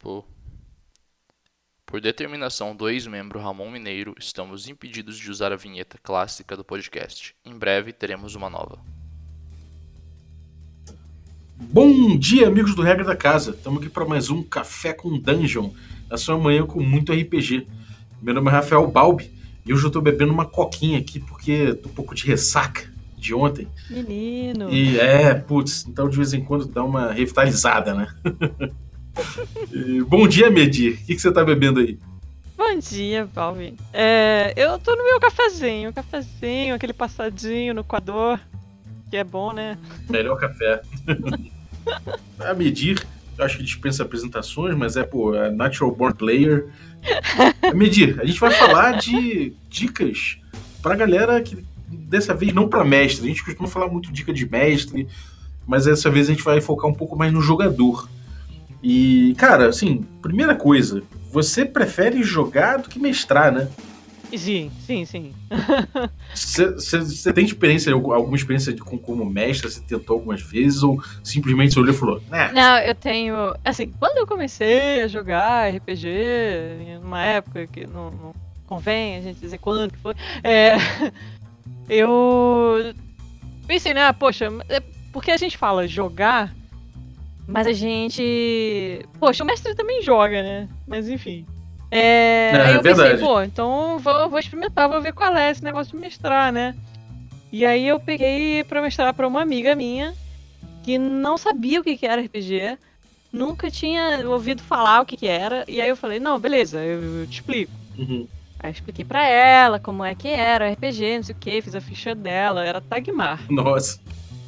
Por determinação do ex-membro Ramon Mineiro, estamos impedidos de usar a vinheta clássica do podcast. Em breve teremos uma nova. Bom dia, amigos do Regra da Casa. Estamos aqui para mais um Café com Dungeon, na sua manhã com muito RPG. Meu nome é Rafael Balbi e hoje eu estou bebendo uma coquinha aqui porque tô um pouco de ressaca de ontem. Menino! Então de vez em quando dá uma revitalizada, né? Bom dia, Medir. O que você tá bebendo aí? Bom dia, Balbi. Eu tô no meu cafezinho, aquele passadinho no coador, que é bom, né? Melhor café. A Medir, eu acho que dispensa apresentações, mas é Natural Born Player. Medir, a gente vai falar de dicas pra galera que dessa vez não pra mestre. A gente costuma falar muito dica de mestre, mas dessa vez a gente vai focar um pouco mais no jogador. E, cara, assim, primeira coisa, você prefere jogar do que mestrar, né? Sim. Você tem alguma experiência como mestre? Você tentou algumas vezes ou simplesmente você olhou e falou, né? Não, eu tenho... Assim, quando eu comecei a jogar RPG, numa época que não convém a gente dizer quando que foi, eu pensei, né, poxa, porque a gente fala jogar, mas a gente... Poxa, o mestre também joga, né? Mas enfim. Aí eu pensei, então vou experimentar, vou ver qual é esse negócio de mestrar, né? E aí eu peguei pra mestrar pra uma amiga minha que não sabia o que era RPG, nunca tinha ouvido falar o que era, e aí eu falei, não, beleza, eu te explico. Uhum. Aí eu expliquei pra ela como é que era RPG, não sei o que, fiz a ficha dela, era Tagmar. Nossa.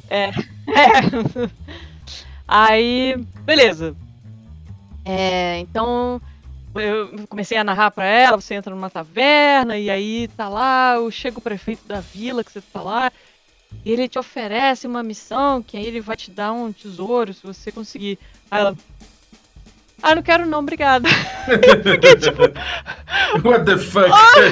Aí, beleza. Então, eu comecei a narrar pra ela, você entra numa taverna, e aí tá lá, chega o prefeito da vila que você tá lá, e ele te oferece uma missão, que aí ele vai te dar um tesouro, se você conseguir. Aí ela... não quero não, obrigada. Fiquei tipo... What the fuck?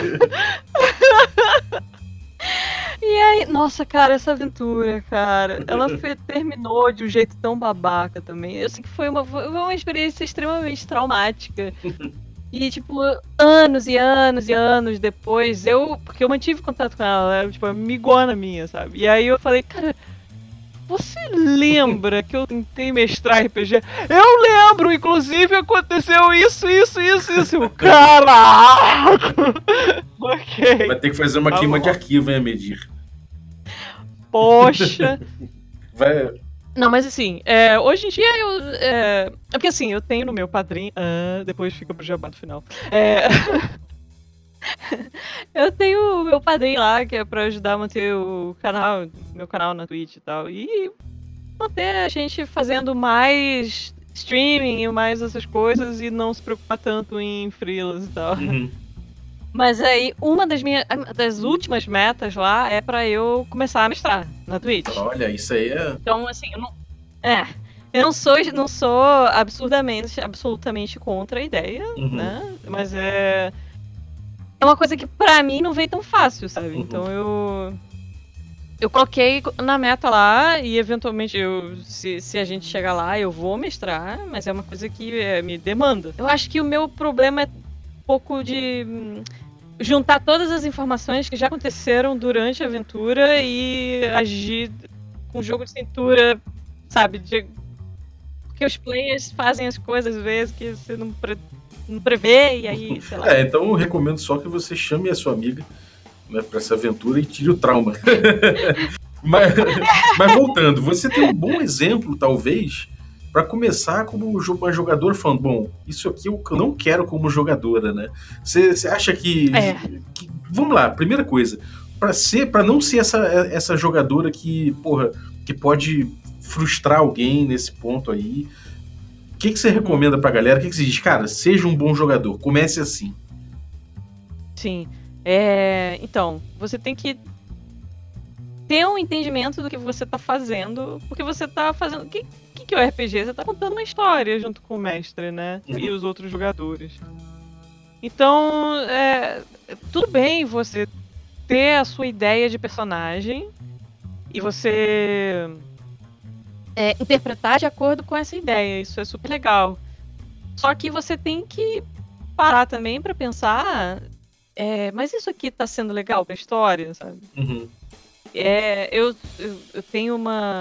E aí, nossa, cara, essa aventura, cara, ela terminou de um jeito tão babaca também. Eu sei que foi uma experiência extremamente traumática. E, tipo, anos e anos e anos depois, porque eu mantive contato com ela, era, tipo, amigona minha, sabe? E aí eu falei, cara, você lembra que eu tentei mestrar RPG? Eu lembro, inclusive aconteceu isso. Caraca! Ok. Vai ter que fazer uma queima de arquivo, hein, Medir? Poxa! Vai... Não, mas assim, hoje em dia é porque assim, eu tenho no meu padrinho. Depois fica pro jabá no final. Eu tenho o meu padrinho lá, que é pra ajudar a manter meu canal na Twitch e tal. E manter a gente fazendo mais streaming e mais essas coisas e não se preocupar tanto em freelas e tal. Uhum. Mas aí, uma das últimas metas lá é pra eu começar a mestrar na Twitch. Olha, isso aí é... Então, assim, eu não sou absolutamente contra a ideia, Uhum. né? Mas é uma coisa que pra mim não veio tão fácil, sabe? Uhum. Então eu coloquei na meta lá e eventualmente se a gente chegar lá eu vou mestrar, mas é uma coisa que me demanda. Eu acho que o meu problema é um pouco de juntar todas as informações que já aconteceram durante a aventura e agir com jogo de cintura, sabe? Porque os players fazem as coisas às vezes que você não prevê e aí, sei lá. Então eu recomendo só que você chame a sua amiga, né, pra essa aventura e tire o trauma. mas voltando, você tem um bom exemplo, talvez, pra começar como uma jogadora falando, bom, isso aqui eu não quero como jogadora, né? Você acha que... Vamos lá, primeira coisa, pra não ser essa jogadora que pode frustrar alguém nesse ponto aí, o que você recomenda pra galera? O que você diz? Cara, seja um bom jogador, comece assim. Sim. Então, você tem que ter um entendimento do que você tá fazendo, porque você tá fazendo... O que é o RPG? Você tá contando uma história junto com o mestre, né? E os outros jogadores. Então, tudo bem você ter a sua ideia de personagem e você interpretar de acordo com essa ideia. Isso é super legal. Só que você tem que parar também pra pensar, mas isso aqui tá sendo legal pra história, sabe? Uhum. Eu tenho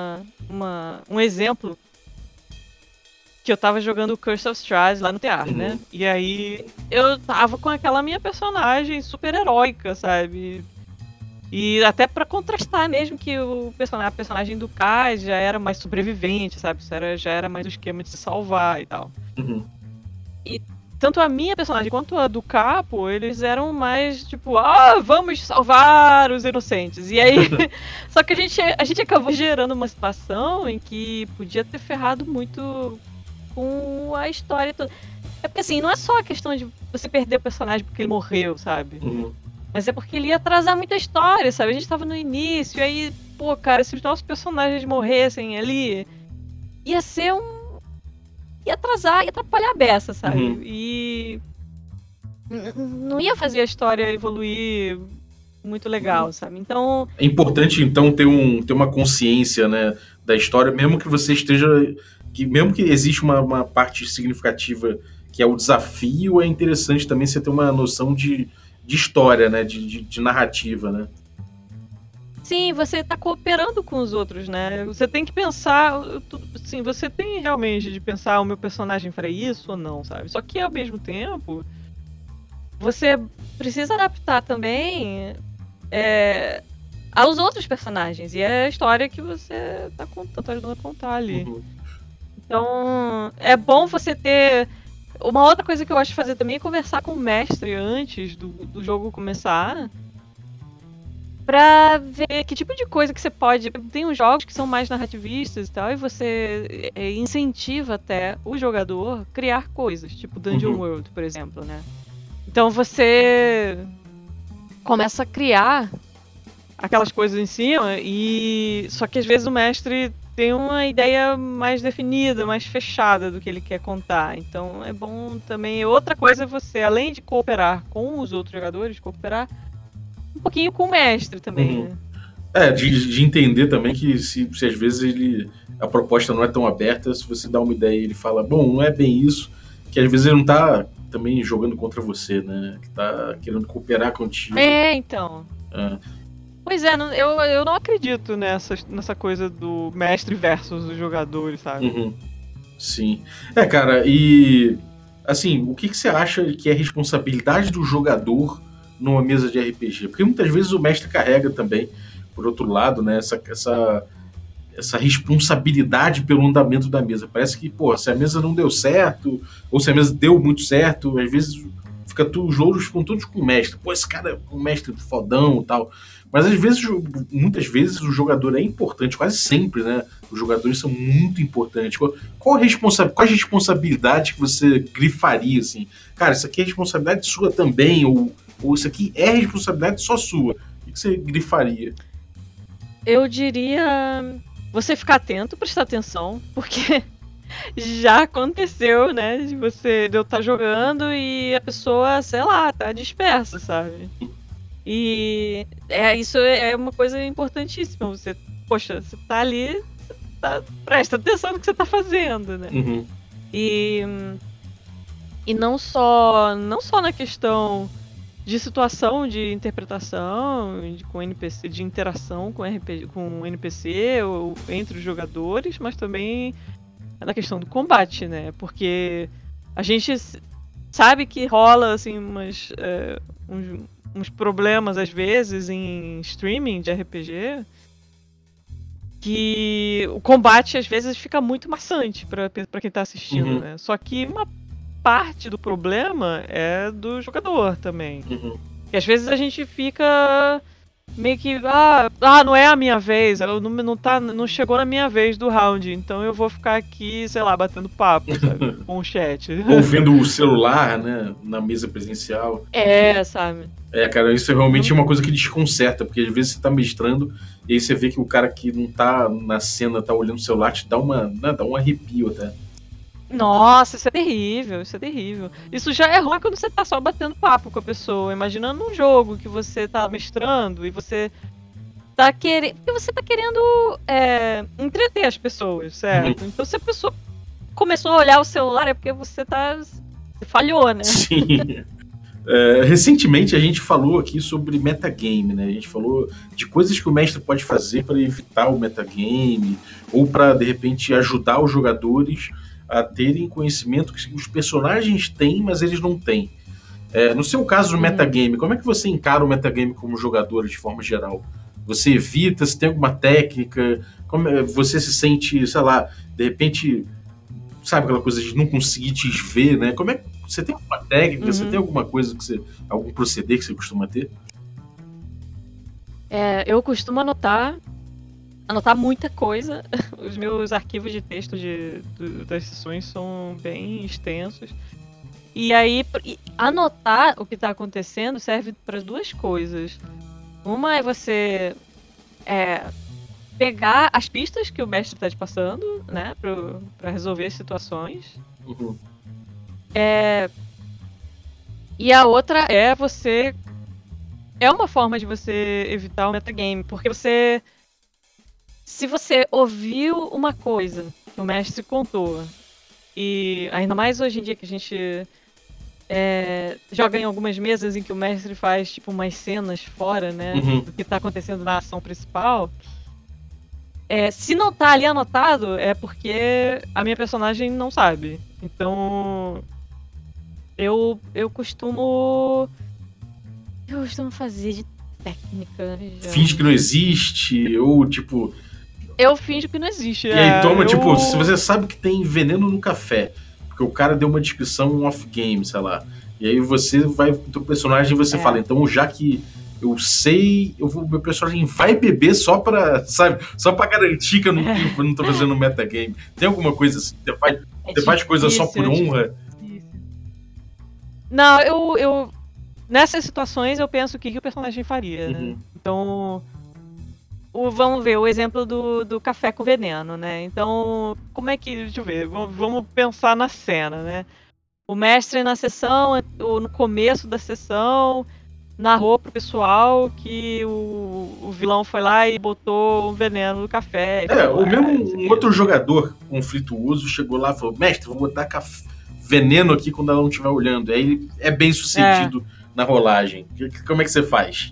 um exemplo que eu tava jogando Curse of Strahd lá no teatro, né? E aí eu tava com aquela minha personagem super heróica, sabe? E até pra contrastar mesmo que a personagem do Kai já era mais sobrevivente, sabe? Já era mais o esquema de se salvar e tal. Uhum. E tanto a minha personagem quanto a do Capo, eles eram mais tipo, vamos salvar os inocentes. E aí, só que a gente acabou gerando uma situação em que podia ter ferrado muito com a história toda. É porque assim, não é só a questão de você perder o personagem porque ele morreu, sabe? Uhum. Mas é porque ele ia atrasar muita história, sabe? A gente tava no início, e aí, pô, cara, se os nossos personagens morressem ali, ia ser ia atrasar, ia atrapalhar a beça, sabe? Uhum. E não ia fazer a história evoluir muito legal, sabe? Então... É importante, então, ter uma consciência, né, da história, mesmo que você esteja... mesmo que exista uma parte significativa que é o desafio, é interessante também você ter uma noção de história, né, de narrativa, né? Sim, você tá cooperando com os outros, né? Você tem que pensar, sim, você tem realmente de pensar o meu personagem faria isso ou não, sabe? Só que ao mesmo tempo, você precisa adaptar também aos outros personagens e é a história que você tá ajudando a contar ali. Uhum. Então, é bom você ter... Uma outra coisa que eu gosto de fazer também é conversar com o mestre antes do jogo começar, pra ver que tipo de coisa que você pode... Tem uns jogos que são mais narrativistas e tal, e você incentiva até o jogador a criar coisas, tipo Dungeon World, por exemplo, né? Então você começa a criar aquelas coisas em cima, só que às vezes o mestre tem uma ideia mais definida, mais fechada do que ele quer contar. Então é bom também... Outra coisa é você, além de cooperar com os outros jogadores, cooperar um pouquinho com o mestre também, né? De entender também que se às vezes a proposta não é tão aberta, se você dá uma ideia e ele fala, bom, não é bem isso, que às vezes ele não tá também jogando contra você, né? Que tá querendo cooperar contigo. Então. Pois é, eu não acredito nessa coisa do mestre versus os jogadores, sabe? Uhum. Sim. Cara, e assim, o que você acha que é responsabilidade do jogador numa mesa de RPG? Porque muitas vezes o mestre carrega também, por outro lado, né, essa responsabilidade pelo andamento da mesa. Parece que, pô, se a mesa não deu certo, ou se a mesa deu muito certo, às vezes os louros ficam todos com o mestre. Pô, esse cara é um mestre fodão e tal. Mas às vezes, muitas vezes, o jogador é importante, quase sempre, né? Os jogadores são muito importantes. Qual a responsabilidade que você grifaria, assim? Cara, isso aqui é responsabilidade sua também, ou isso aqui é responsabilidade só sua? O que você grifaria? Eu diria você ficar atento, prestar atenção, porque já aconteceu, né? De eu estar jogando e a pessoa, sei lá, tá dispersa, sabe? E isso é uma coisa importantíssima. Você tá ali, presta atenção no que você tá fazendo, né? Uhum. E não só na questão de situação, de interpretação, com NPC, de interação com NPC ou entre os jogadores, mas também na questão do combate, né? Porque a gente sabe que rola assim uns problemas às vezes em streaming de RPG, que o combate às vezes fica muito maçante pra quem tá assistindo, né? Só que uma parte do problema é do jogador também. E às vezes a gente fica meio que, não é a minha vez, não chegou na minha vez do round, então eu vou ficar aqui, sei lá, batendo papo, sabe, com o chat. Ou vendo o celular, né, na mesa presencial. Sabe? Cara, isso realmente é uma coisa que desconcerta, porque às vezes você tá mestrando e aí você vê que o cara que não tá na cena, tá olhando o celular, te dá um arrepio até. Nossa, isso é terrível, isso é terrível. Isso já é ruim quando você tá só batendo papo com a pessoa. Imaginando um jogo que você tá mestrando e você tá querendo... Porque você tá querendo entreter as pessoas, certo? Então se a pessoa começou a olhar o celular é porque você falhou, né? Sim. Recentemente a gente falou aqui sobre metagame, né? A gente falou de coisas que o mestre pode fazer para evitar o metagame ou para, de repente, ajudar os jogadores a terem conhecimento que os personagens têm, mas eles não têm. No seu caso do metagame, como é que você encara o metagame como jogador de forma geral? Você evita? Você tem alguma técnica? Você se sente, sei lá, de repente, sabe aquela coisa de não conseguir te ver, né? Como é que você tem alguma técnica? Você tem alguma coisa algum proceder que você costuma ter? Eu costumo anotar muita coisa. Os meus arquivos de texto das sessões são bem extensos. E aí, anotar o que está acontecendo serve para duas coisas. Uma é você pegar as pistas que o mestre está te passando, né, para resolver as situações. Uhum. E a outra é uma forma de você evitar o metagame, porque se você ouviu uma coisa que o mestre contou, e ainda mais hoje em dia que a gente joga em algumas mesas em que o mestre faz tipo umas cenas fora, né, do que tá acontecendo na ação principal, se não tá ali anotado, é porque a minha personagem não sabe. Então eu costumo fazer de técnica. Finge que não existe, ou tipo... Eu finjo que não existe. E aí toma, tipo, se você sabe que tem veneno no café, porque o cara deu uma descrição off-game, sei lá, e aí você vai pro teu personagem e você fala, então já que eu sei, meu personagem vai beber só pra, sabe, só pra garantir que eu não tô fazendo metagame. Tem alguma coisa assim? Você faz coisa só por honra? Não, eu nessas situações eu penso o que o personagem faria, né? Então, vamos ver o exemplo do café com veneno, né? Então, como é que... Deixa eu ver, vamos pensar na cena, né? O mestre na sessão, no começo da sessão, narrou pro pessoal que o vilão foi lá e botou um veneno no café. Ou mesmo um outro jogador conflituoso chegou lá e falou, mestre, vou botar veneno aqui quando ela não estiver olhando. Aí ele é bem sucedido na rolagem. Como é que você faz?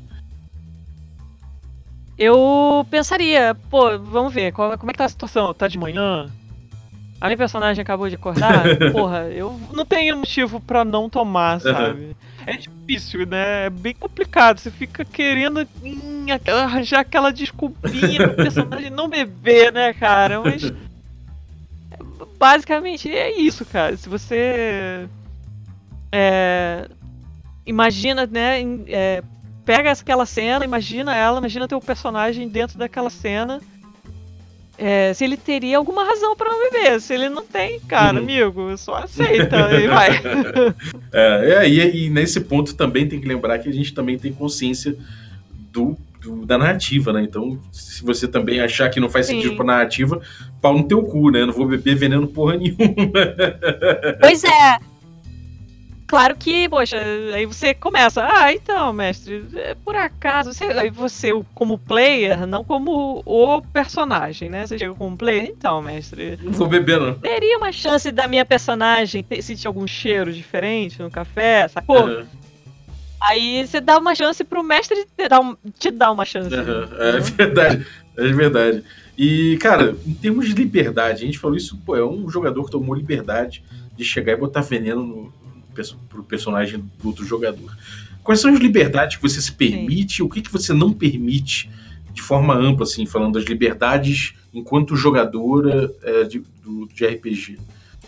Eu pensaria, vamos ver, como é que tá a situação? Tá de manhã? A minha personagem acabou de acordar? Porra, eu não tenho motivo pra não tomar, sabe? É difícil, né? É bem complicado. Você fica querendo arranjar aquela desculpinha pro personagem não beber, né, cara? Mas basicamente é isso, cara. Se você imagina, né? Pega aquela cena, imagina teu personagem dentro daquela cena. Se ele teria alguma razão pra não beber. Se ele não tem, cara, amigo, só aceita e vai. E nesse ponto também tem que lembrar que a gente também tem consciência da narrativa, né? Então, se você também achar que não faz sentido pra narrativa, pau no teu cu, né? Eu não vou beber veneno porra nenhuma. Pois é. Claro que, poxa, aí você começa, então, mestre, por acaso, aí você como player, não como o personagem, né? Você chega como player, então, mestre... Não vou beber, não. Teria uma chance da minha personagem sentir algum cheiro diferente no café, sacou? Aí você dá uma chance pro mestre te dar uma chance. É verdade. E, cara, em termos de liberdade, a gente falou isso, é um jogador que tomou liberdade de chegar e botar veneno pro personagem do outro jogador. Quais são as liberdades que você se permite e o que você não permite de forma ampla, assim, falando das liberdades enquanto jogadora de RPG?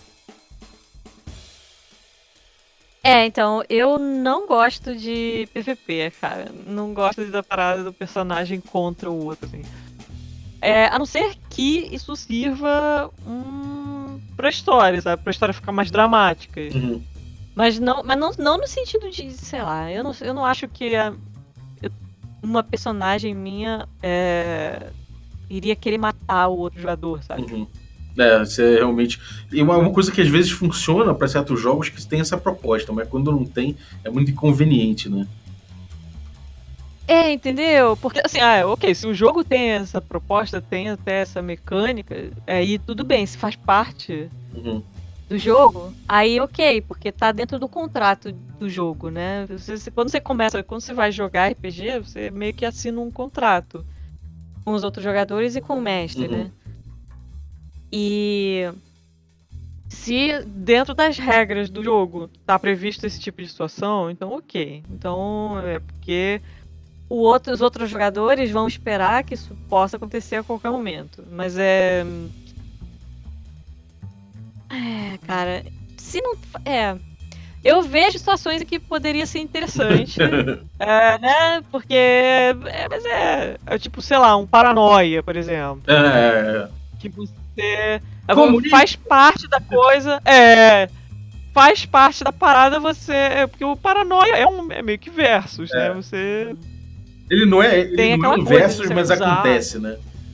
Então, eu não gosto de PVP, cara. Não gosto da parada do personagem contra o outro, assim. A não ser que isso sirva pra história, sabe? Pra história ficar mais dramática. Mas não no sentido de, sei lá, eu não acho que uma personagem minha iria querer matar o outro jogador, sabe? Isso é realmente... E uma coisa que às vezes funciona para certos jogos que tem essa proposta, mas quando não tem, é muito inconveniente, né? Entendeu? Porque assim, ok, se o jogo tem essa proposta, tem até essa mecânica, aí tudo bem, se faz parte do jogo, aí ok, porque tá dentro do contrato do jogo, né? Quando você vai jogar RPG, você meio que assina um contrato com os outros jogadores e com o mestre, né? E se dentro das regras do jogo tá previsto esse tipo de situação, então ok. Então é porque os outros jogadores vão esperar que isso possa acontecer a qualquer momento. Mas cara, se não. Eu vejo situações em que poderia ser interessante. Né? Porque. Mas é tipo, sei lá, um paranoia, por exemplo. Que você. Faz parte da coisa. Faz parte da parada você. Porque o paranoia é meio que versus, né? Você. Ele não é um versus, mas acontece, né?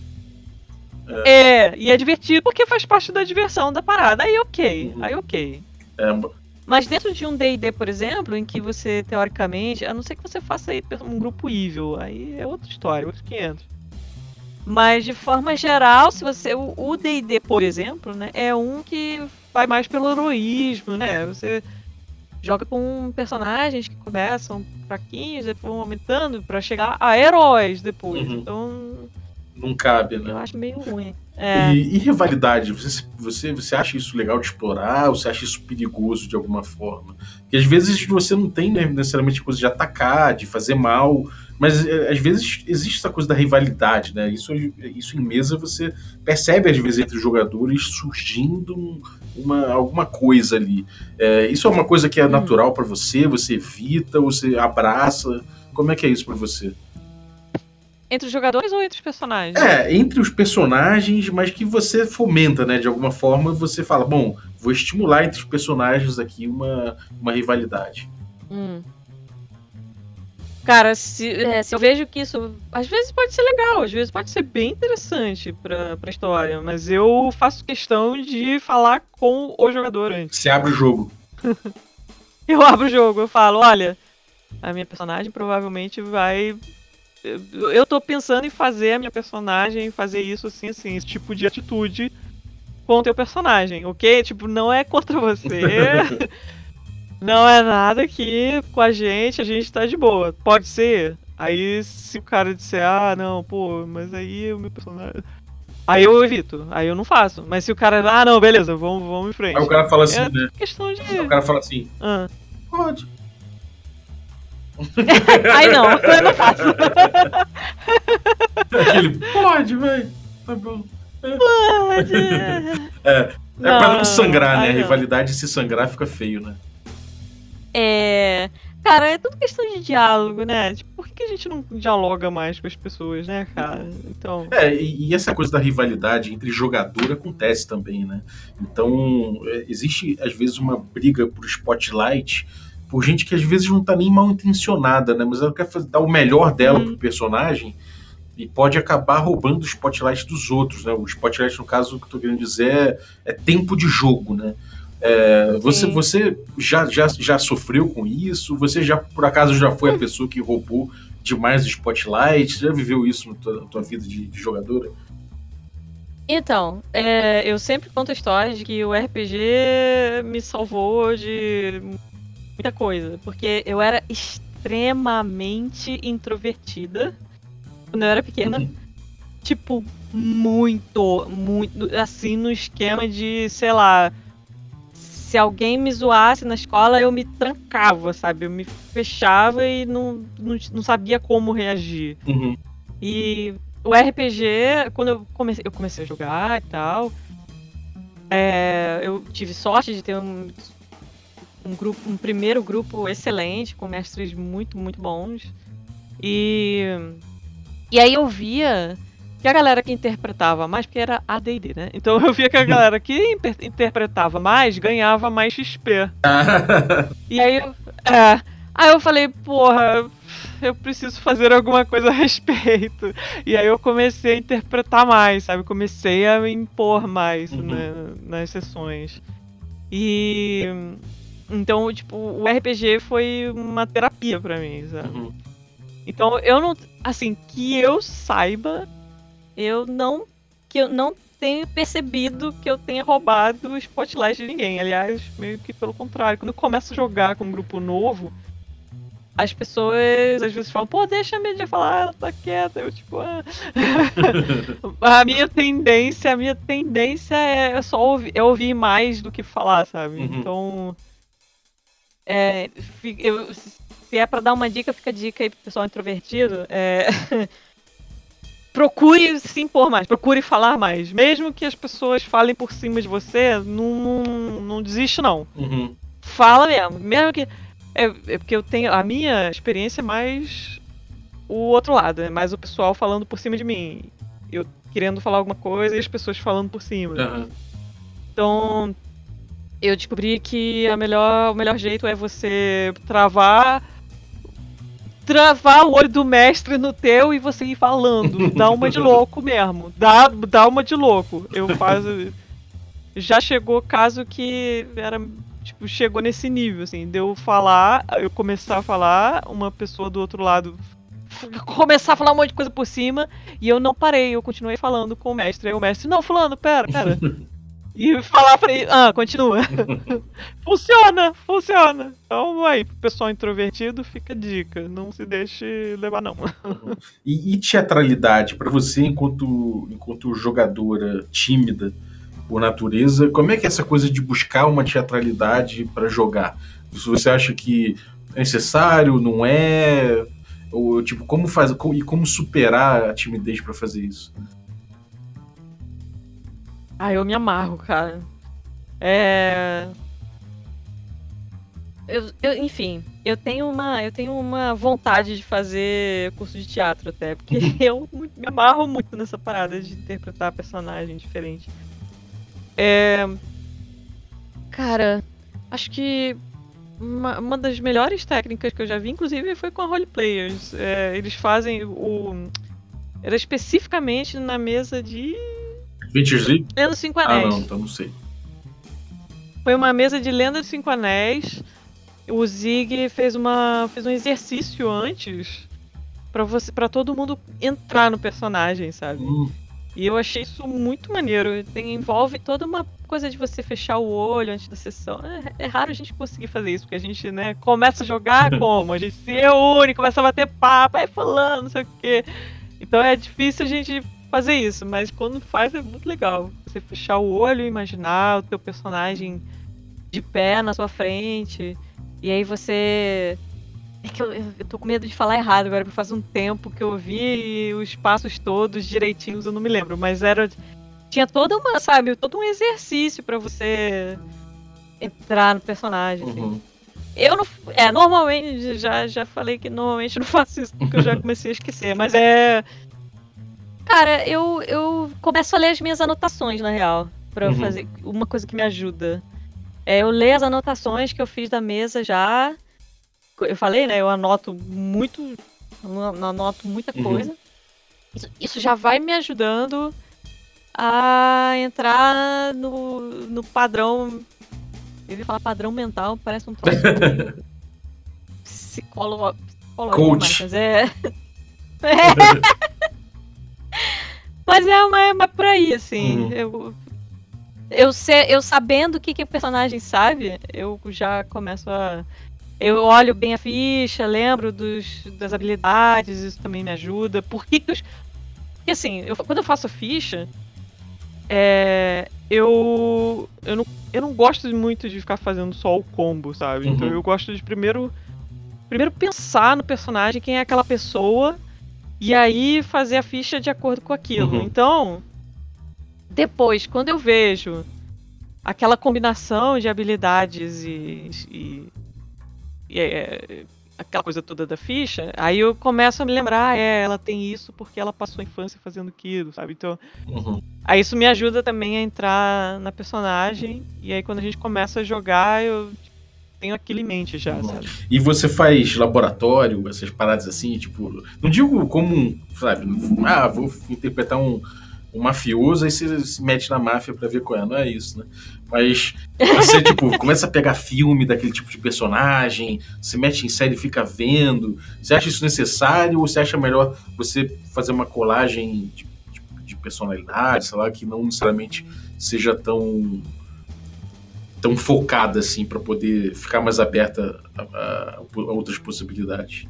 E é divertido porque faz parte da diversão da parada. Aí ok. Mas dentro de um D&D, por exemplo, em que você, teoricamente, a não ser que você faça aí um grupo evil, aí é outra história, outros 500. Mas de forma geral, se você. O D&D, por exemplo, né, é um que vai mais pelo heroísmo, né? Você joga com personagens que começam fraquinhos, depois vão aumentando pra chegar a heróis depois. Então. Não cabe, né? Eu acho meio ruim. E rivalidade? Você acha isso legal de explorar ou você acha isso perigoso de alguma forma? Porque às vezes você não tem, né, necessariamente coisa de atacar, de fazer mal, mas às vezes existe essa coisa da rivalidade, né? Isso em mesa você percebe às vezes entre os jogadores surgindo alguma coisa ali. Isso é uma coisa que é natural pra você? Você evita? Você abraça? Como é que é isso pra você? Entre os jogadores ou entre os personagens? Entre os personagens, mas que você fomenta, né? De alguma forma, você fala, bom, vou estimular entre os personagens aqui uma rivalidade. Cara, se eu vejo que isso às vezes pode ser legal, às vezes pode ser bem interessante pra história, mas eu faço questão de falar com o jogador antes. Você abre o jogo. Eu abro o jogo, eu falo, olha, a minha personagem provavelmente vai... Eu tô pensando em fazer a minha personagem fazer isso assim, esse tipo de atitude com o teu personagem, ok? Tipo, não é contra você, não é nada que com a gente tá de boa. Pode ser? Aí se o cara disser, não, pô, mas aí o meu personagem... Aí eu evito, aí eu não faço. Mas se o cara, não, beleza, vamos em frente. Aí o cara fala assim, né? Questão de... Aí o cara fala assim, pode. Aí não, eu não faço. Aquele, pode, velho. Tá bom. Pode. Pra não sangrar, né? A rivalidade, se sangrar, fica feio, né? Cara, é tudo questão de diálogo, né? Tipo, por que a gente não dialoga mais com as pessoas, né, cara? Então... E essa coisa da rivalidade entre jogador acontece também, né? Então, existe, às vezes, uma briga por spotlight por gente que, às vezes, não tá nem mal intencionada, né? Mas ela quer dar o melhor dela pro personagem e pode acabar roubando o spotlight dos outros, né? O spotlight, no caso, o que eu tô querendo dizer é tempo de jogo, né? Você já sofreu com isso? Você por acaso já foi a pessoa que roubou demais o spotlight? Você já viveu isso na tua vida de jogadora? Então, eu sempre conto a história de que o RPG me salvou de muita coisa, porque eu era extremamente introvertida quando eu era pequena. Tipo, muito, assim, no esquema de, sei lá, se alguém me zoasse na escola, eu me trancava, sabe? Eu me fechava e não sabia como reagir. E o RPG, quando eu comecei a jogar e tal, eu tive sorte de ter um primeiro grupo excelente, com mestres muito, muito bons. E aí eu via que a galera que interpretava mais, porque era AD&D, né? Então eu via que a galera que interpretava mais ganhava mais XP. E aí eu falei, porra, eu preciso fazer alguma coisa a respeito. E aí eu comecei a interpretar mais, sabe? Comecei a me impor mais, né, nas sessões. Então, tipo, o RPG foi uma terapia pra mim, sabe? Então, eu não... Assim, que eu saiba, eu não tenho percebido que eu tenha roubado o spotlight de ninguém. Aliás, meio que pelo contrário. Quando eu começo a jogar com um grupo novo, as pessoas às vezes falam, pô, deixa a mídia falar, ela tá quieta. Eu, tipo, A minha tendência é só ouvir mais do que falar, sabe? Então, se é pra dar uma dica, fica a dica aí pro pessoal introvertido. Procure se impor mais, procure falar mais. Mesmo que as pessoas falem por cima de você, não desiste, não. Fala mesmo. Mesmo que. É porque eu tenho. A minha experiência é mais o outro lado, é mais o pessoal falando por cima de mim. Eu querendo falar alguma coisa e as pessoas falando por cima. Então, eu descobri que o melhor jeito é você travar o olho do mestre no teu e você ir falando. Dá uma de louco mesmo. Dá uma de louco. Já chegou caso que era... Tipo, chegou nesse nível, assim. De eu começar a falar, uma pessoa do outro lado começar a falar um monte de coisa por cima, e eu não parei, eu continuei falando com o mestre. Aí o mestre, não, fulano, pera. E falar pra ele, continua. Funciona. Então, aí, pro pessoal introvertido, fica a dica. Não se deixe levar, não. E teatralidade, pra você, enquanto jogadora tímida por natureza, como é que é essa coisa de buscar uma teatralidade pra jogar? Você acha que é necessário, não é? Ou, tipo, como superar a timidez pra fazer isso? Eu me amarro, cara. Enfim, eu tenho uma vontade de fazer curso de teatro até, porque eu me amarro muito nessa parada de interpretar personagem diferente. Cara, acho que uma das melhores técnicas que eu já vi, inclusive, foi com a Roleplayers. Eles fazem era especificamente na mesa de... Adventures League? Lenda dos Cinco Anéis. Não, então não sei. Foi uma mesa de Lenda dos Cinco Anéis. O Zig fez um exercício antes pra todo mundo entrar no personagem, sabe? E eu achei isso muito maneiro. Envolve toda uma coisa de você fechar o olho antes da sessão. É raro a gente conseguir fazer isso, porque a gente, né, começa a jogar como? A gente se reúne, começa a bater papo, falando, não sei o quê. Então é difícil a gente fazer isso, mas quando faz é muito legal. Você fechar o olho e imaginar o teu personagem de pé na sua frente. E aí você... É que eu tô com medo de falar errado agora, porque faz um tempo que eu vi os passos todos direitinhos, eu não me lembro, mas tinha todo um exercício pra você entrar no personagem, assim. Eu não... normalmente, já falei que normalmente não faço isso, porque eu já comecei a esquecer, mas Cara, eu começo a ler as minhas anotações, na real, pra fazer uma coisa que me ajuda. Eu leio as anotações que eu fiz da mesa já. Eu falei, né? Eu anoto muita coisa. Isso já vai me ajudando a entrar no padrão. Eu ia falar padrão mental, parece um troço psicólogo. Coach. Mas é por aí, assim. Eu sabendo o que o personagem sabe, eu já começo a... Eu olho bem a ficha, lembro das habilidades, isso também me ajuda. Porque assim, quando eu faço a ficha, eu não gosto muito de ficar fazendo só o combo, sabe? Então eu gosto de primeiro pensar no personagem, quem é aquela pessoa, e aí fazer a ficha de acordo com aquilo. Então, depois, quando eu vejo aquela combinação de habilidades e aquela coisa toda da ficha, aí eu começo a me lembrar, ela tem isso porque ela passou a infância fazendo aquilo, sabe? Então, aí isso me ajuda também a entrar na personagem, e aí quando a gente começa a jogar, eu tenho aquilo em mente já, sabe? E você faz laboratório, essas paradas assim, tipo, não digo como, sabe, vou interpretar um mafioso, aí você se mete na máfia pra ver qual é, não é isso, né? Mas você, tipo, começa a pegar filme daquele tipo de personagem, se mete em série e fica vendo. Você acha isso necessário ou você acha melhor você fazer uma colagem de personalidade, sei lá, que não necessariamente seja tão focada assim para poder ficar mais aberta a outras possibilidades?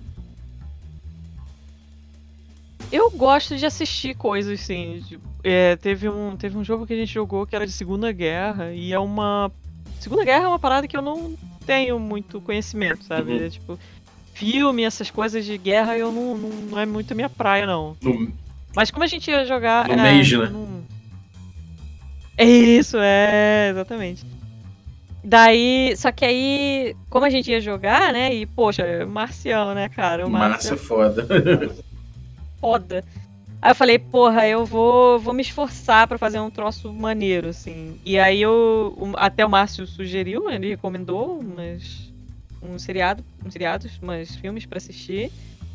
Eu gosto de assistir coisas, assim. Teve um jogo que a gente jogou que era de Segunda Guerra, e Segunda Guerra é uma parada que eu não tenho muito conhecimento, sabe? Uhum. Tipo, filme, essas coisas de guerra, eu não é muito a minha praia, não. Mas como a gente ia jogar... No Mage, né? É isso, exatamente. Daí, só que aí, como a gente ia jogar, né, e poxa, Marcião, né, cara? O Massa é foda. Foda. Aí eu falei, porra, eu vou me esforçar pra fazer um troço maneiro, assim. E aí até o Márcio sugeriu, ele recomendou uns seriados, umas filmes pra assistir.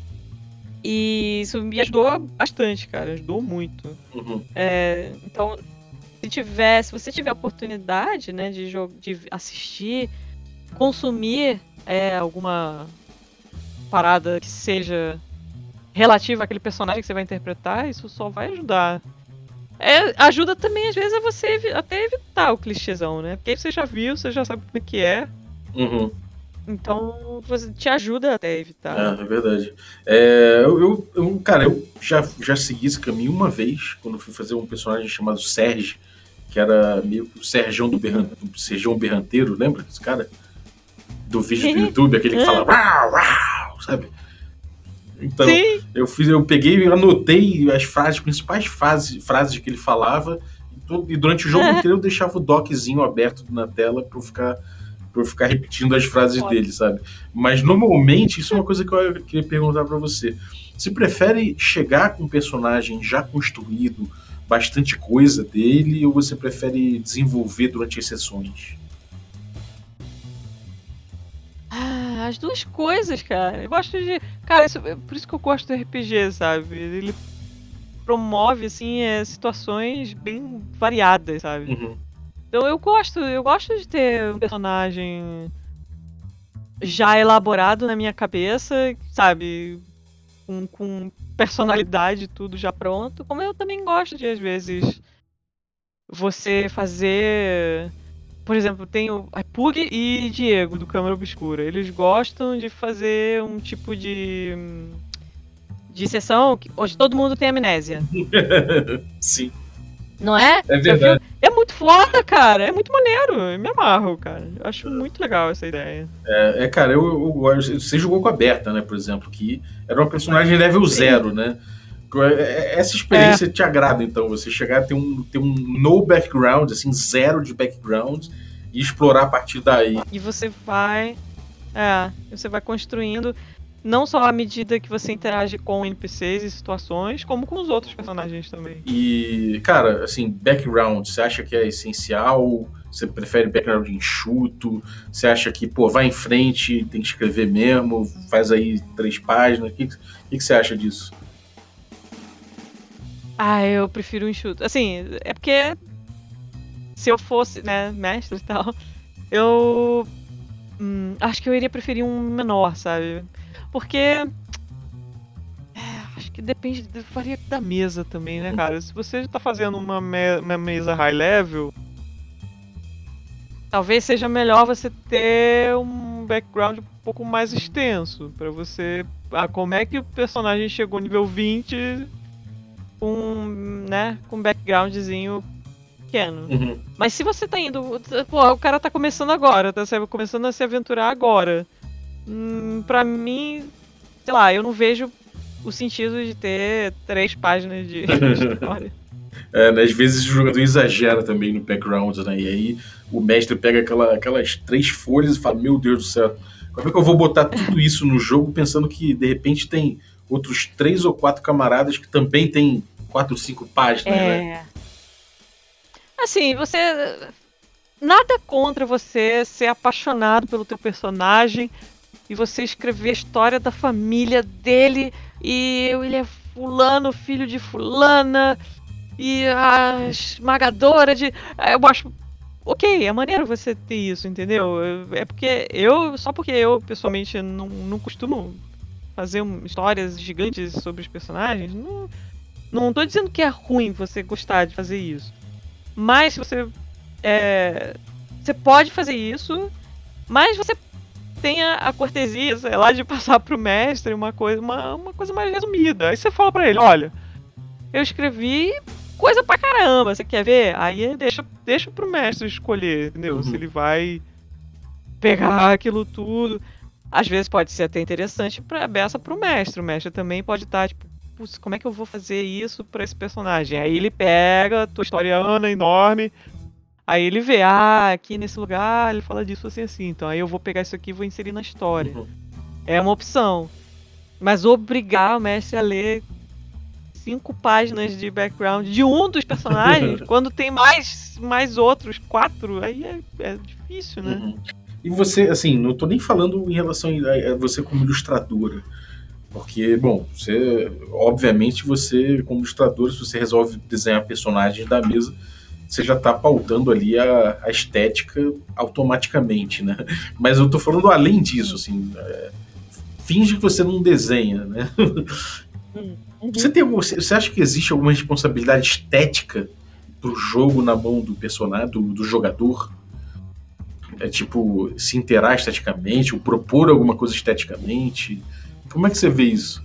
E isso me ajudou bastante, cara, ajudou muito. Uhum. Então, se você tiver a oportunidade, né, de assistir, consumir alguma parada que seja relativa àquele personagem que você vai interpretar, isso só vai ajudar. Ajuda também, às vezes, a você até evitar o clichêzão, né? Porque você já viu, você já sabe como é que é. Uhum. Então, você te ajuda até a evitar. É verdade. Cara, eu já segui esse caminho uma vez, quando fui fazer um personagem chamado Serge, que era meio que o Serjão do Serjão Berranteiro, lembra desse cara? Do vídeo do YouTube, aquele que fala uau, uau, sabe? Então, Sim. eu peguei e anotei as principais frases que ele falava, e durante o jogo inteiro eu deixava o doczinho aberto na tela pra eu ficar repetindo as frases dele, sabe? Mas normalmente, isso é uma coisa que eu queria perguntar pra você. Você prefere chegar com um personagem já construído, bastante coisa dele, ou você prefere desenvolver durante as sessões? As duas coisas, cara. Eu gosto de... Cara, por isso que eu gosto do RPG, sabe? Ele promove, assim, situações bem variadas, sabe? Uhum. Então eu gosto de ter um personagem já elaborado na minha cabeça, sabe? Com personalidade, tudo já pronto. Como eu também gosto de, às vezes, você fazer... Por exemplo, tem o Pug e Diego, do Câmara Obscura. Eles gostam de fazer um tipo de sessão onde todo mundo tem amnésia. Sim. Não é? É verdade. É muito foda, cara. É muito maneiro. Eu me amarro, cara. Eu acho muito legal essa ideia. Cara, eu gosto. Você jogou com a Berta, né, por exemplo, que era uma personagem level 0, né? Essa experiência te agrada, então, você chegar a ter um no background, assim, 0 de background, e explorar a partir daí. E você vai construindo não só à medida que você interage com NPCs e situações, como com os outros personagens também. E, cara, assim, background, você acha que é essencial? Você prefere background enxuto? Você acha que, vai em frente, tem que escrever mesmo, faz aí 3 páginas? O que você acha disso? Eu prefiro um enxuto. Assim, é porque se eu fosse, né, mestre e tal, eu acho que eu iria preferir um menor, sabe? Porque acho que varia da mesa também, né, cara? Se você tá fazendo uma mesa high level, talvez seja melhor você ter um background um pouco mais extenso, pra você... como é que o personagem chegou ao nível 20... com um backgroundzinho pequeno. Uhum. Mas se você tá indo... o cara tá começando agora, tá começando a se aventurar agora. Pra mim, sei lá, eu não vejo o sentido de ter 3 páginas de história. Às vezes o jogador exagera também no background, né? E aí o mestre pega aquelas 3 folhas e fala, meu Deus do céu, como é que eu vou botar tudo isso no jogo pensando que, de repente, tem outros 3 ou 4 camaradas que também tem 4 ou 5 páginas, né? Assim, nada contra você ser apaixonado pelo teu personagem e você escrever a história da família dele e ele é fulano, filho de fulana e a esmagadora de... Eu acho ok, é maneiro você ter isso, entendeu? É porque só porque eu, pessoalmente, não costumo fazer histórias gigantes sobre os personagens, não tô dizendo que é ruim você gostar de fazer isso. Mas se você você pode fazer isso, mas você tenha a cortesia, sei lá, de passar pro mestre uma coisa mais resumida. Aí você fala pra ele, olha, eu escrevi coisa pra caramba, você quer ver? Aí deixa pro mestre escolher, entendeu? Se ele vai pegar aquilo tudo. Às vezes pode ser até interessante pra beça pro mestre. O mestre também pode estar, tipo, putz, como é que eu vou fazer isso pra esse personagem? Aí ele pega a tua historiana enorme, aí ele vê, aqui nesse lugar ele fala disso assim, assim. Então aí eu vou pegar isso aqui e vou inserir na história. É uma opção. Mas obrigar o mestre a ler 5 páginas de background de um dos personagens, quando tem mais outros 4, aí é difícil, né? E você, assim, não tô nem falando em relação a você como ilustradora. Porque, bom, obviamente, você, como ilustradora, se você resolve desenhar personagens da mesa, você já tá pautando ali a estética automaticamente, né? Mas eu tô falando além disso, assim, finge que você não desenha, né? Você acha que existe alguma responsabilidade estética pro jogo na mão do personagem, do jogador? Tipo, se interar esteticamente, ou propor alguma coisa esteticamente? Como é que você vê isso?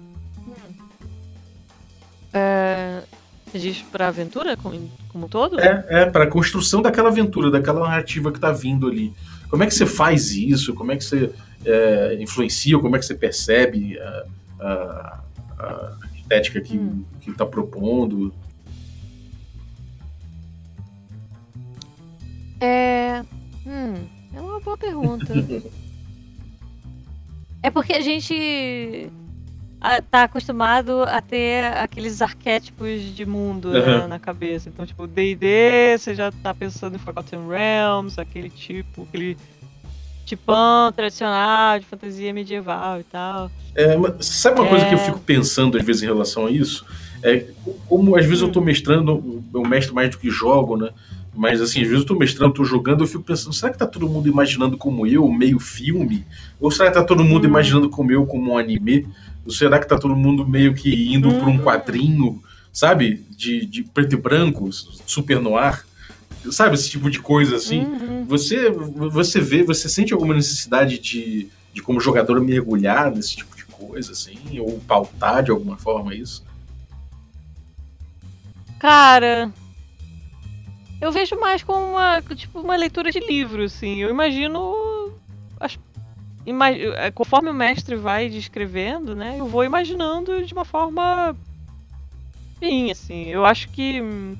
Você diz pra aventura como um todo? Para a construção daquela aventura, daquela narrativa que tá vindo ali. Como é que você faz isso? Como é que você influencia? Como é que você percebe a estética que tá propondo? É uma boa pergunta. É porque a gente tá acostumado a ter aqueles arquétipos de mundo, né, na cabeça. Então, tipo, D&D, você já tá pensando em Forgotten Realms, aquele tipão tradicional de fantasia medieval e tal. Sabe uma coisa que eu fico pensando às vezes em relação a isso? Como às vezes eu tô mestrando, eu mestro mais do que jogo, né? Mas assim, às vezes eu tô mestrando, tô jogando, eu fico pensando, será que tá todo mundo imaginando como eu, meio filme? Ou será que tá todo mundo imaginando como eu, como um anime? Ou será que tá todo mundo meio que indo pra um quadrinho, sabe? De preto e branco, super noir? Sabe, esse tipo de coisa assim? Você sente alguma necessidade de como jogador mergulhar nesse tipo de coisa, assim? Ou pautar de alguma forma isso? Cara, eu vejo mais como uma leitura de livro, assim. Eu imagino. Conforme o mestre vai descrevendo, né? Eu vou imaginando de uma forma. Sim, assim. Eu acho que.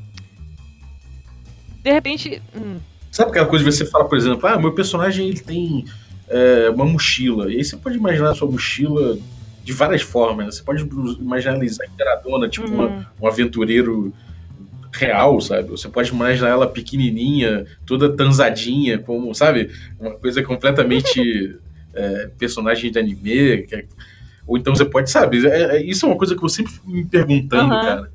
De repente. Sabe aquela coisa de você falar, por exemplo, meu personagem ele tem uma mochila. E aí você pode imaginar a sua mochila de várias formas. Né? Você pode imaginar ela exageradona, tipo um aventureiro real, sabe? Você pode imaginar ela pequenininha, toda tanzadinha, como, sabe? Uma coisa completamente personagem de anime. Ou então você pode, sabe? Isso é uma coisa que eu sempre fico me perguntando, cara.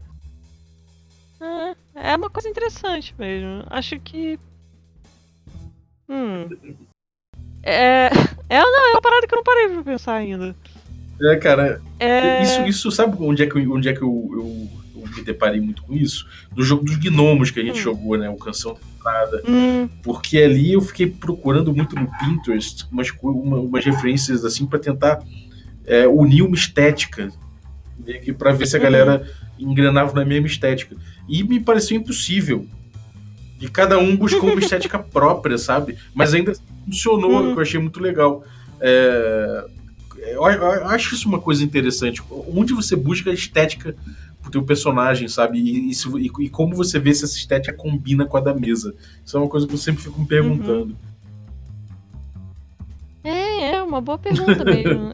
É uma coisa interessante mesmo. Acho que... não, é uma parada que eu não parei pra pensar ainda. Cara, isso sabe onde é que eu me deparei muito com isso? Do jogo dos gnomos que a gente jogou, né? O Canção da Estrada. Porque ali eu fiquei procurando muito no Pinterest umas referências assim pra tentar unir uma estética, pra ver se a galera engrenava na mesma estética. E me pareceu impossível. E cada um buscou uma estética própria, sabe? Mas ainda funcionou, que eu achei muito legal. Eu acho isso uma coisa interessante. Onde você busca a estética pro teu personagem, sabe? E como você vê se essa estética combina com a da mesa. Isso é uma coisa que eu sempre fico me perguntando. É uma boa pergunta mesmo.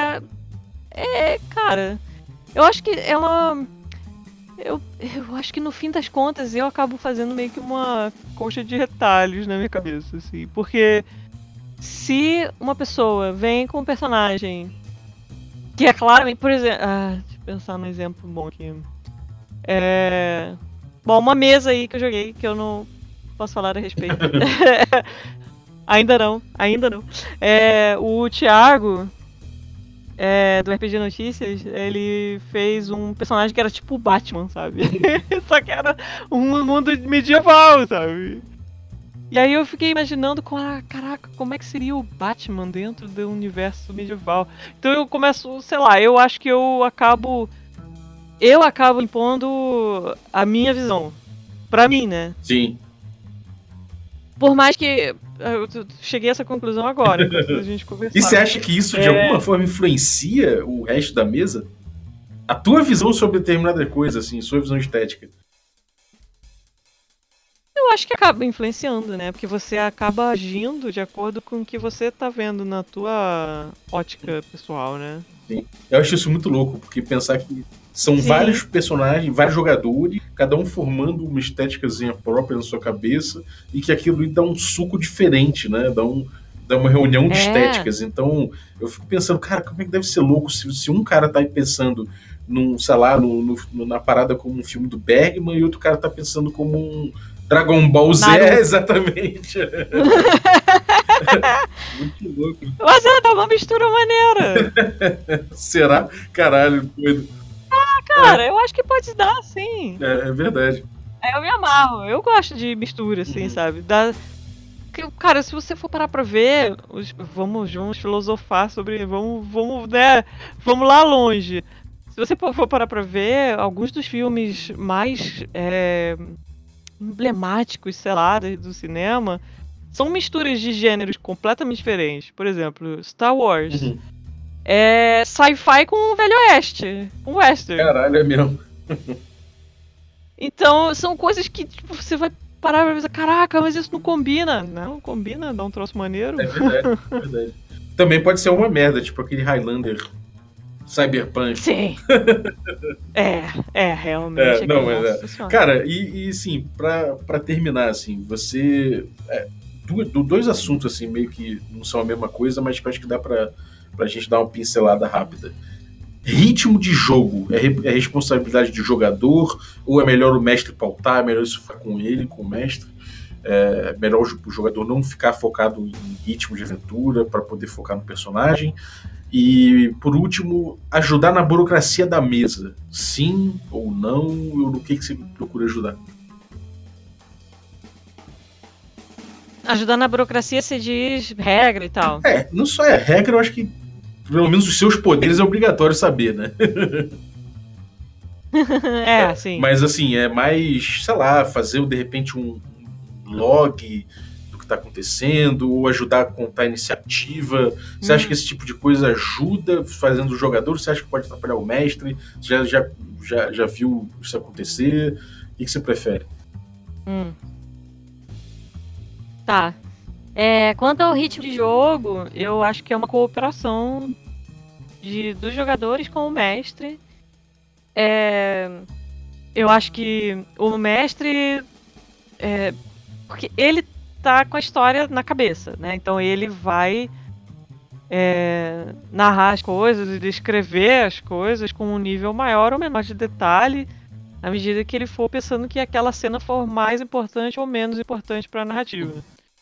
Cara, eu acho que é uma... Eu acho que no fim das contas eu acabo fazendo meio que uma coxa de retalhos na minha cabeça, assim. Porque se uma pessoa vem com um personagem que é claramente, por exemplo... deixa eu pensar num exemplo bom aqui. Bom, uma mesa aí que eu joguei, que eu não posso falar a respeito. Ainda não. O Thiago, do RPG Notícias, ele fez um personagem que era tipo o Batman, sabe? Só que era um mundo medieval, sabe? E aí eu fiquei imaginando, caraca, como é que seria o Batman dentro do universo medieval? Então eu começo, sei lá, eu acho que eu acabo impondo a minha visão. Pra mim, né? Sim. Por mais que eu cheguei a essa conclusão agora, enquanto a gente conversava. E você acha que isso de alguma forma influencia o resto da mesa? A tua visão sobre determinada coisa, assim, sua visão estética? Eu acho que acaba influenciando, né? Porque você acaba agindo de acordo com o que você tá vendo na tua ótica pessoal, né? Sim. Eu acho isso muito louco, porque pensar que são vários personagens, vários jogadores, cada um formando uma estéticazinha própria na sua cabeça, e que aquilo dá um suco diferente, né? Dá uma reunião de estéticas. Então, eu fico pensando, cara, como é que deve ser louco se um cara tá aí pensando sei lá, na parada como um filme do Bergman, e outro cara tá pensando como um Dragon Ball Z, exatamente. Muito louco. Mas dá uma mistura maneira. Será? Caralho, doido. Cara, eu acho que pode dar, sim. É verdade. Eu me amarro. Eu gosto de mistura, assim, sabe? Cara, se você for parar pra ver, vamos filosofar sobre. Vamos lá longe. Se você for parar pra ver, alguns dos filmes mais emblemáticos, sei lá, do cinema, são misturas de gêneros completamente diferentes. Por exemplo, Star Wars. É sci-fi com o Velho Oeste, um western. Caralho, é mesmo. Então, são coisas que tipo, você vai parar pra pensar, caraca, mas isso não combina. Não, combina, dá um troço maneiro. É verdade. Também pode ser uma merda, tipo aquele Highlander Cyberpunk. Sim. Realmente. Cara, e assim, pra terminar, assim, você... dois assuntos, assim, meio que não são a mesma coisa, mas que eu acho que dá pra gente dar uma pincelada rápida. Ritmo de jogo é responsabilidade do jogador, ou é melhor o mestre pautar, é melhor isso ficar com ele, com o mestre? É melhor o jogador não ficar focado em ritmo de aventura para poder focar no personagem? E, por último, ajudar na burocracia da mesa. Sim ou não? Ou no que você procura ajudar? Ajudar na burocracia se diz regra e tal. Não só é regra, eu acho que pelo menos os seus poderes é obrigatório saber, né? Sim. Mas assim, é mais, sei lá, fazer de repente um log do que tá acontecendo, ou ajudar a contar a iniciativa. Você acha que esse tipo de coisa ajuda fazendo o jogador? Você acha que pode atrapalhar o mestre? Você já viu isso acontecer? O que você prefere? Tá. Quanto ao ritmo de jogo, eu acho que é uma cooperação dos jogadores com o mestre. Eu acho que o mestre... porque ele tá com a história na cabeça, né? Então ele vai narrar as coisas e descrever as coisas com um nível maior ou menor de detalhe, à medida que ele for pensando que aquela cena for mais importante ou menos importante para a narrativa.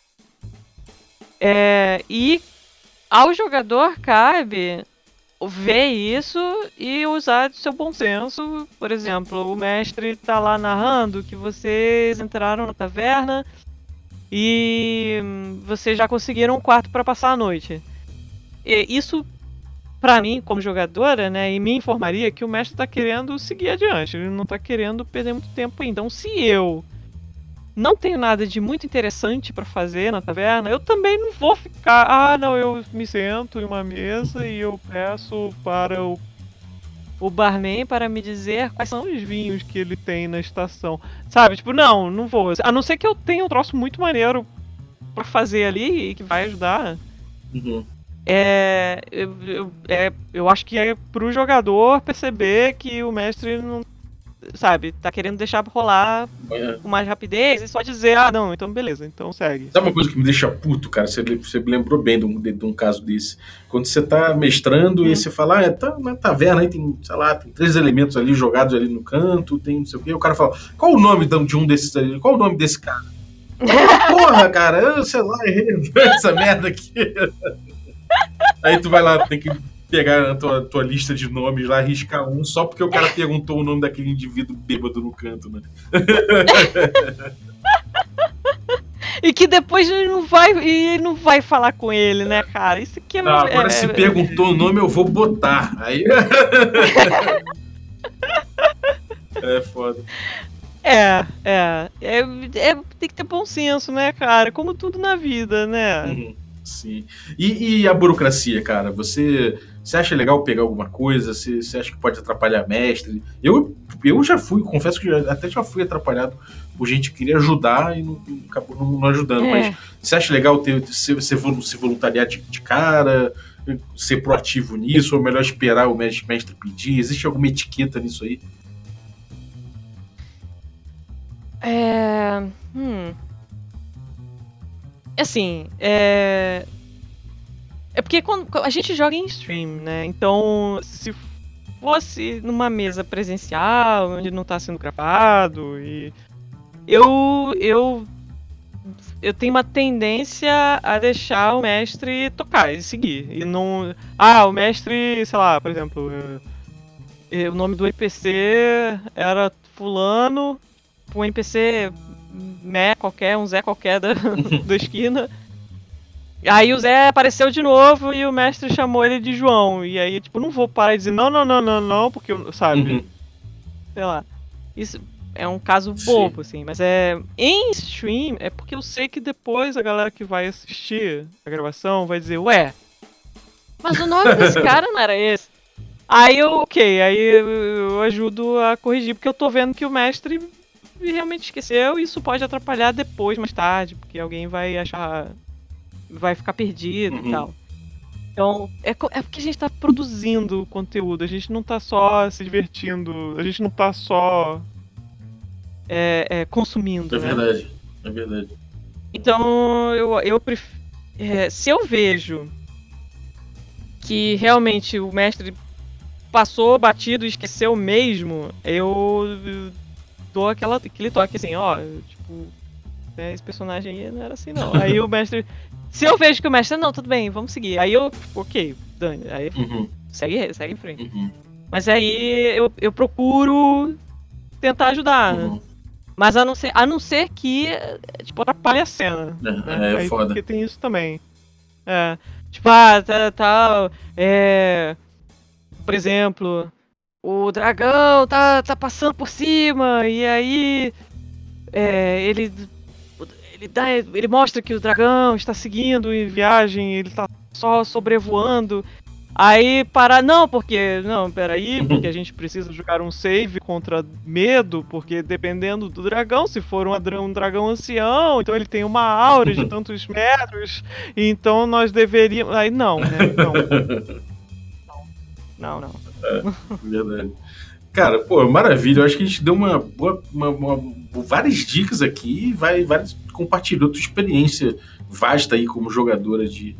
E ao jogador cabe ver isso e usar do seu bom senso. Por exemplo, o mestre tá lá narrando que vocês entraram na taverna e vocês já conseguiram um quarto para passar a noite. Isso, pra mim, como jogadora, né, e me informaria que o mestre tá querendo seguir adiante, ele não tá querendo perder muito tempo ainda. Então, se eu não tenho nada de muito interessante pra fazer na taverna, eu também não vou ficar... eu me sento em uma mesa e eu peço para o barman para me dizer quais são os vinhos que ele tem na estação. Sabe? Tipo, não vou. A não ser que eu tenha um troço muito maneiro pra fazer ali e que vai ajudar. Eu acho que é pro jogador perceber que o mestre não... Sabe, tá querendo deixar rolar com mais rapidez e só dizer, não, então beleza, então segue. Sabe uma coisa que me deixa puto, cara? Você me lembrou bem de um caso desse. Quando você tá mestrando e você fala, tá na taverna, aí tem, sei lá, tem 3 elementos ali jogados ali no canto, tem não sei o quê, e o cara fala, qual o nome de um desses ali? Qual o nome desse cara? Porra, cara, eu sei lá, errei essa merda aqui. Aí tu vai lá, tem que pegar a tua lista de nomes lá, riscar um, só porque o cara perguntou o nome daquele indivíduo bêbado no canto, né? E que depois ele não vai falar com ele, né, cara? Isso aqui é... Agora se perguntou o nome, eu vou botar. Aí... É foda. Tem que ter bom senso, né, cara? Como tudo na vida, né? Sim. E a burocracia, cara? Você acha legal pegar alguma coisa? Você acha que pode atrapalhar mestre? Eu já fui, confesso que até já fui atrapalhado por gente que queria ajudar e acabou não ajudando. Mas você acha legal se voluntariar de cara? Ser proativo nisso? Ou melhor esperar o mestre pedir? Existe alguma etiqueta nisso aí? Assim, é porque quando a gente joga em stream, né? Então, se fosse numa mesa presencial, onde não tá sendo gravado, e eu tenho uma tendência a deixar o mestre tocar e seguir. E não... o mestre, sei lá, por exemplo, o nome do NPC era fulano, um NPC um Zé qualquer da esquina. Aí o Zé apareceu de novo e o mestre chamou ele de João. E aí, tipo, não vou parar e dizer não, porque, sabe? Sei lá. Isso é um caso bobo, assim. Mas em stream, é porque eu sei que depois a galera que vai assistir a gravação vai dizer, ué, mas o nome desse cara não era esse. Aí aí eu ajudo a corrigir, porque eu tô vendo que o mestre realmente esqueceu e isso pode atrapalhar depois, mais tarde, porque alguém vai ficar perdido e tal. Então, é porque a gente tá produzindo conteúdo, a gente não tá só se divertindo, a gente não tá só consumindo. É verdade, né? É verdade. Então, eu prefiro... se eu vejo que realmente o mestre passou batido e esqueceu mesmo, eu dou aquele toque assim, tipo, esse personagem aí não era assim não. Aí o mestre, se eu vejo que o mestre, não, tudo bem, vamos seguir. Aí eu, ok, Dani, aí segue em frente. Mas aí eu procuro tentar ajudar, né? Mas a não ser que, tipo, atrapalhe a cena. É aí, foda. Porque tem isso também. Tipo, por exemplo, o dragão tá passando por cima e aí ele mostra que o dragão está seguindo em viagem, ele tá só sobrevoando. Aí porque a gente precisa jogar um save contra medo, porque dependendo do dragão, se for um dragão ancião, então ele tem uma aura de tantos metros, então nós deveríamos... Aí não, né? Não. Verdade. Cara, pô, maravilha. Eu acho que a gente deu várias dicas aqui e compartilhou tua experiência vasta aí como jogadora de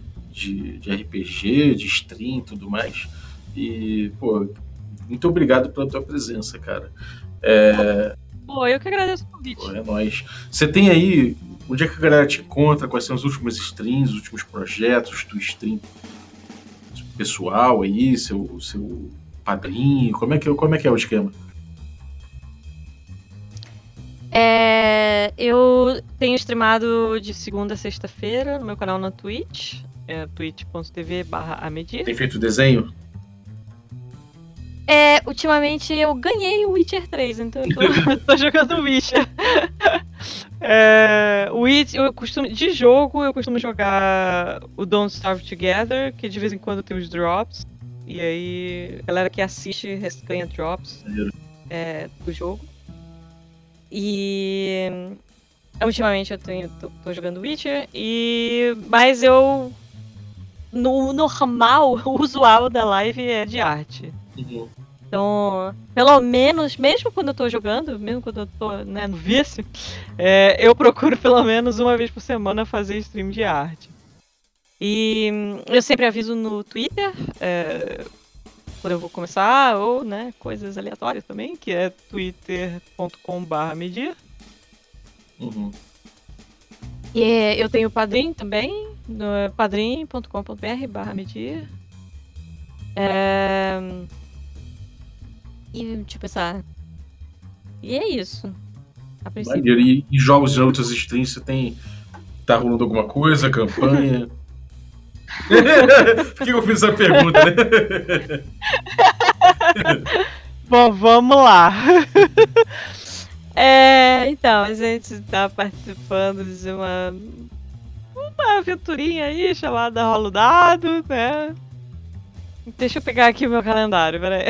RPG, de stream e tudo mais. E, pô, muito obrigado pela tua presença, cara. Pô, eu que agradeço o convite. Pô, é nóis. Você tem aí, onde é que a galera te encontra? Quais são os últimos streams, os últimos projetos, tua stream pessoal aí, seu padrinho? Como é que é o esquema? Eu tenho streamado de segunda a sexta-feira no meu canal na Twitch, twitch.tv/amedir. Tem feito desenho? Ultimamente eu ganhei o Witcher 3, então eu tô jogando Witcher. De jogo, eu costumo jogar o Don't Starve Together, que de vez em quando tem os drops. E aí, a galera que assiste ganha drops do jogo. E ultimamente eu tô jogando Witcher. Mas eu... No normal, o usual da live é de arte. Então, pelo menos, mesmo quando eu tô jogando, mesmo quando eu tô no vício, eu procuro pelo menos uma vez por semana fazer stream de arte. E eu sempre aviso no Twitter, quando eu vou começar, ou coisas aleatórias também, que é twitter.com/medir. E eu tenho o Padrim também, no padrim.com.br/medir. E deixa eu pensar. E é isso. A princípio. Maneiro. E jogos de outras streams, você tem. Tá rolando alguma coisa, campanha? Por que eu fiz essa pergunta, né? Bom, vamos lá. Então, a gente tá participando de uma aventurinha aí chamada Rolo Dado, né? Deixa eu pegar aqui o meu calendário, peraí.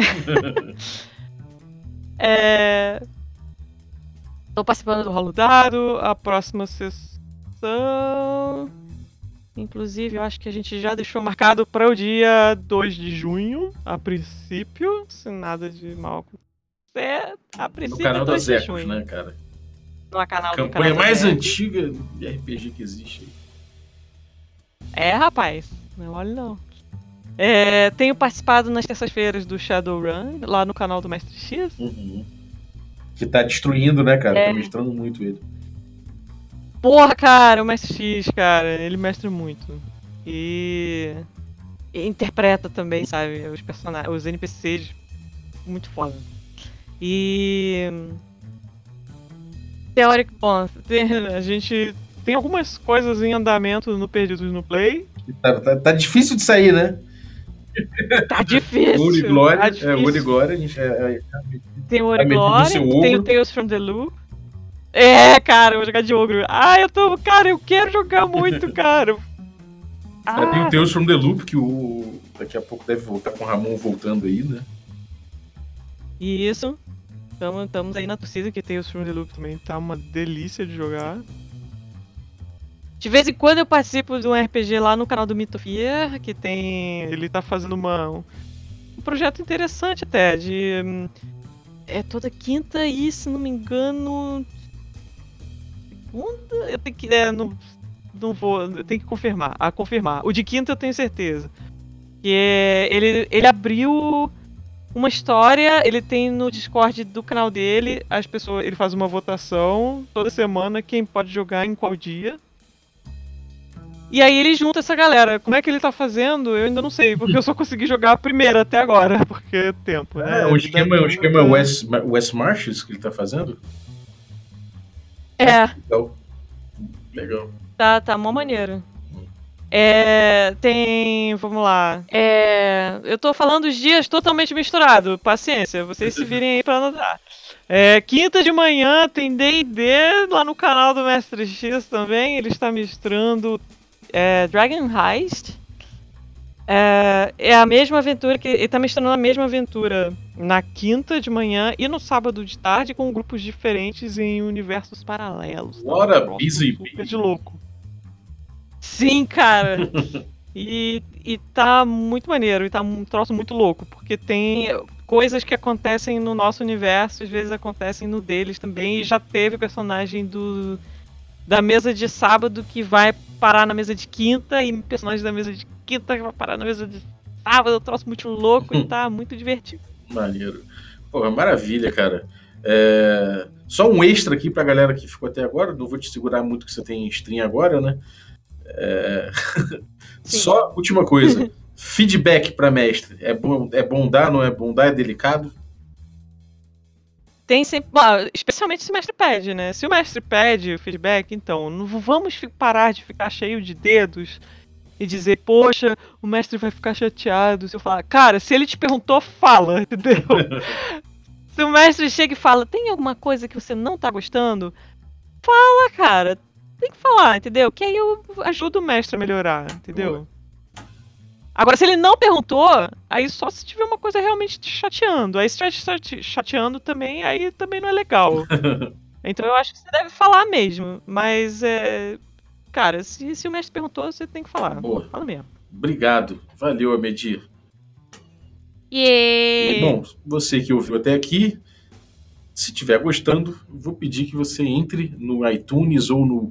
Tô participando do Rolo Dado, a próxima sessão... Inclusive, eu acho que a gente já deixou marcado para o dia 2 de junho, a princípio, se nada de mal acontecer. A princípio, No canal 2 das de Ecos, junho. né, cara? No canal A do campanha canal mais das antiga de RPG que existe. rapaz, não olhe não. Tenho participado nas terças-feiras do Shadowrun, lá no canal do Mestre X. Uhum. Que tá destruindo, né, cara? Tá mestrando muito ele. Porra, cara, o Mestre X, cara, ele mestra muito. E interpreta também, sabe, os personagens, os NPCs, muito foda. E teórico, bom, a gente tem algumas coisas em andamento no Perdidos no Play. Tá difícil de sair, né? Tá difícil. Ouro e Glória. Tá difícil. Ouro e Glória. A gente tem o Ouro e medindo Glória, seu tem o ogro. Tales from the Loop. Cara, eu vou jogar de ogro. Cara, eu quero jogar muito, cara. Tem o Tales from the Loop, que daqui a pouco deve voltar com o Ramon voltando aí, né? Isso. Estamos aí na torcida, que Tales from the Loop também tá uma delícia de jogar. De vez em quando eu participo de um RPG lá no canal do Mitofia, que tem... Ele tá fazendo um projeto interessante até, toda quinta e, se não me engano... Segunda? Eu tenho que... não vou... Eu tenho que confirmar. O de quinta eu tenho certeza. Que ele abriu uma história, ele tem no Discord do canal dele, ele faz uma votação toda semana, quem pode jogar em qual dia. E aí ele junta essa galera. Como é que ele tá fazendo? Eu ainda não sei, porque eu só consegui jogar a primeira até agora, porque é tempo, né? O esquema West Marches que ele tá fazendo? Legal. Tá mó maneiro. Vamos lá. Eu tô falando os dias totalmente misturado. Paciência, vocês se virem aí pra anotar. Quinta de manhã tem D&D lá no canal do Mestre X também. Ele está mestrando Dragon Heist. É a mesma aventura que ele tá mestrando a mesma aventura na quinta de manhã e no sábado de tarde com grupos diferentes em universos paralelos. What a busy super de louco. Sim, cara. E tá muito maneiro, e tá um troço muito louco, porque tem coisas que acontecem no nosso universo, às vezes acontecem no deles também, e já teve personagem da mesa de sábado que vai parar na mesa de quinta, e personagem da mesa de quinta que vai parar na mesa de sábado, é um troço muito louco e tá muito divertido. Maneiro. Porra, maravilha, cara. Só um extra aqui pra galera que ficou até agora, não vou te segurar muito que você tem stream agora, né? Só última coisa. Feedback para mestre. É bom dar, não é bom dar? É delicado? Tem sempre... especialmente se o mestre pede, né? Se o mestre pede o feedback, então, não vamos parar de ficar cheio de dedos e dizer, poxa, o mestre vai ficar chateado se eu falar. Cara, se ele te perguntou, fala, entendeu? Se o mestre chega e fala, tem alguma coisa que você não tá gostando? Fala, cara. Tem que falar, entendeu? Que aí eu ajudo o mestre a melhorar, entendeu? Agora, se ele não perguntou, aí só se tiver uma coisa realmente te chateando. Aí se estiver te chateando também, aí também não é legal. Então eu acho que você deve falar mesmo. Mas, cara, se o mestre perguntou, você tem que falar. Boa. Fala mesmo. Obrigado. Valeu, Amedir. E bom, você que ouviu até aqui, se estiver gostando, vou pedir que você entre no iTunes ou no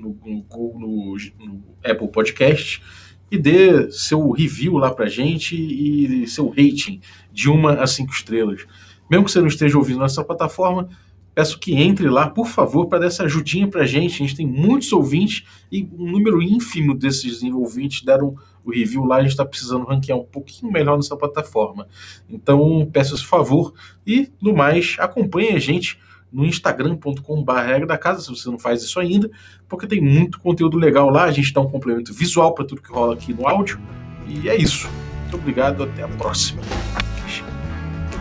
Apple Podcast e dê seu review lá pra gente e seu rating de 1 a 5 estrelas. Mesmo que você não esteja ouvindo nessa plataforma, peço que entre lá, por favor, para dar essa ajudinha pra gente. A gente tem muitos ouvintes e um número ínfimo desses ouvintes deram o review lá. A gente está precisando ranquear um pouquinho melhor nessa plataforma. Então, peço esse favor e, no mais, acompanhe a gente no instagram.com/regra da casa, se você não faz isso ainda, porque tem muito conteúdo legal lá. A gente dá um complemento visual para tudo que rola aqui no áudio. E é isso. Muito obrigado, até a próxima.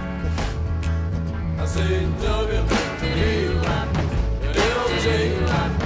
I say,